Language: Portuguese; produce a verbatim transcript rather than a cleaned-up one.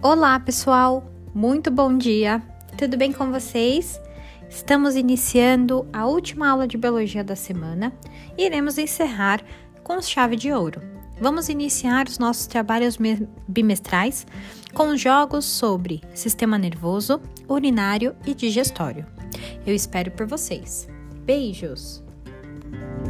Olá, pessoal! Muito bom dia! Tudo bem com vocês? Estamos iniciando a última aula de Biologia da semana e iremos encerrar com chave de ouro. Vamos iniciar os nossos trabalhos bimestrais com jogos sobre sistema nervoso, urinário e digestório. Eu espero por vocês. Beijos!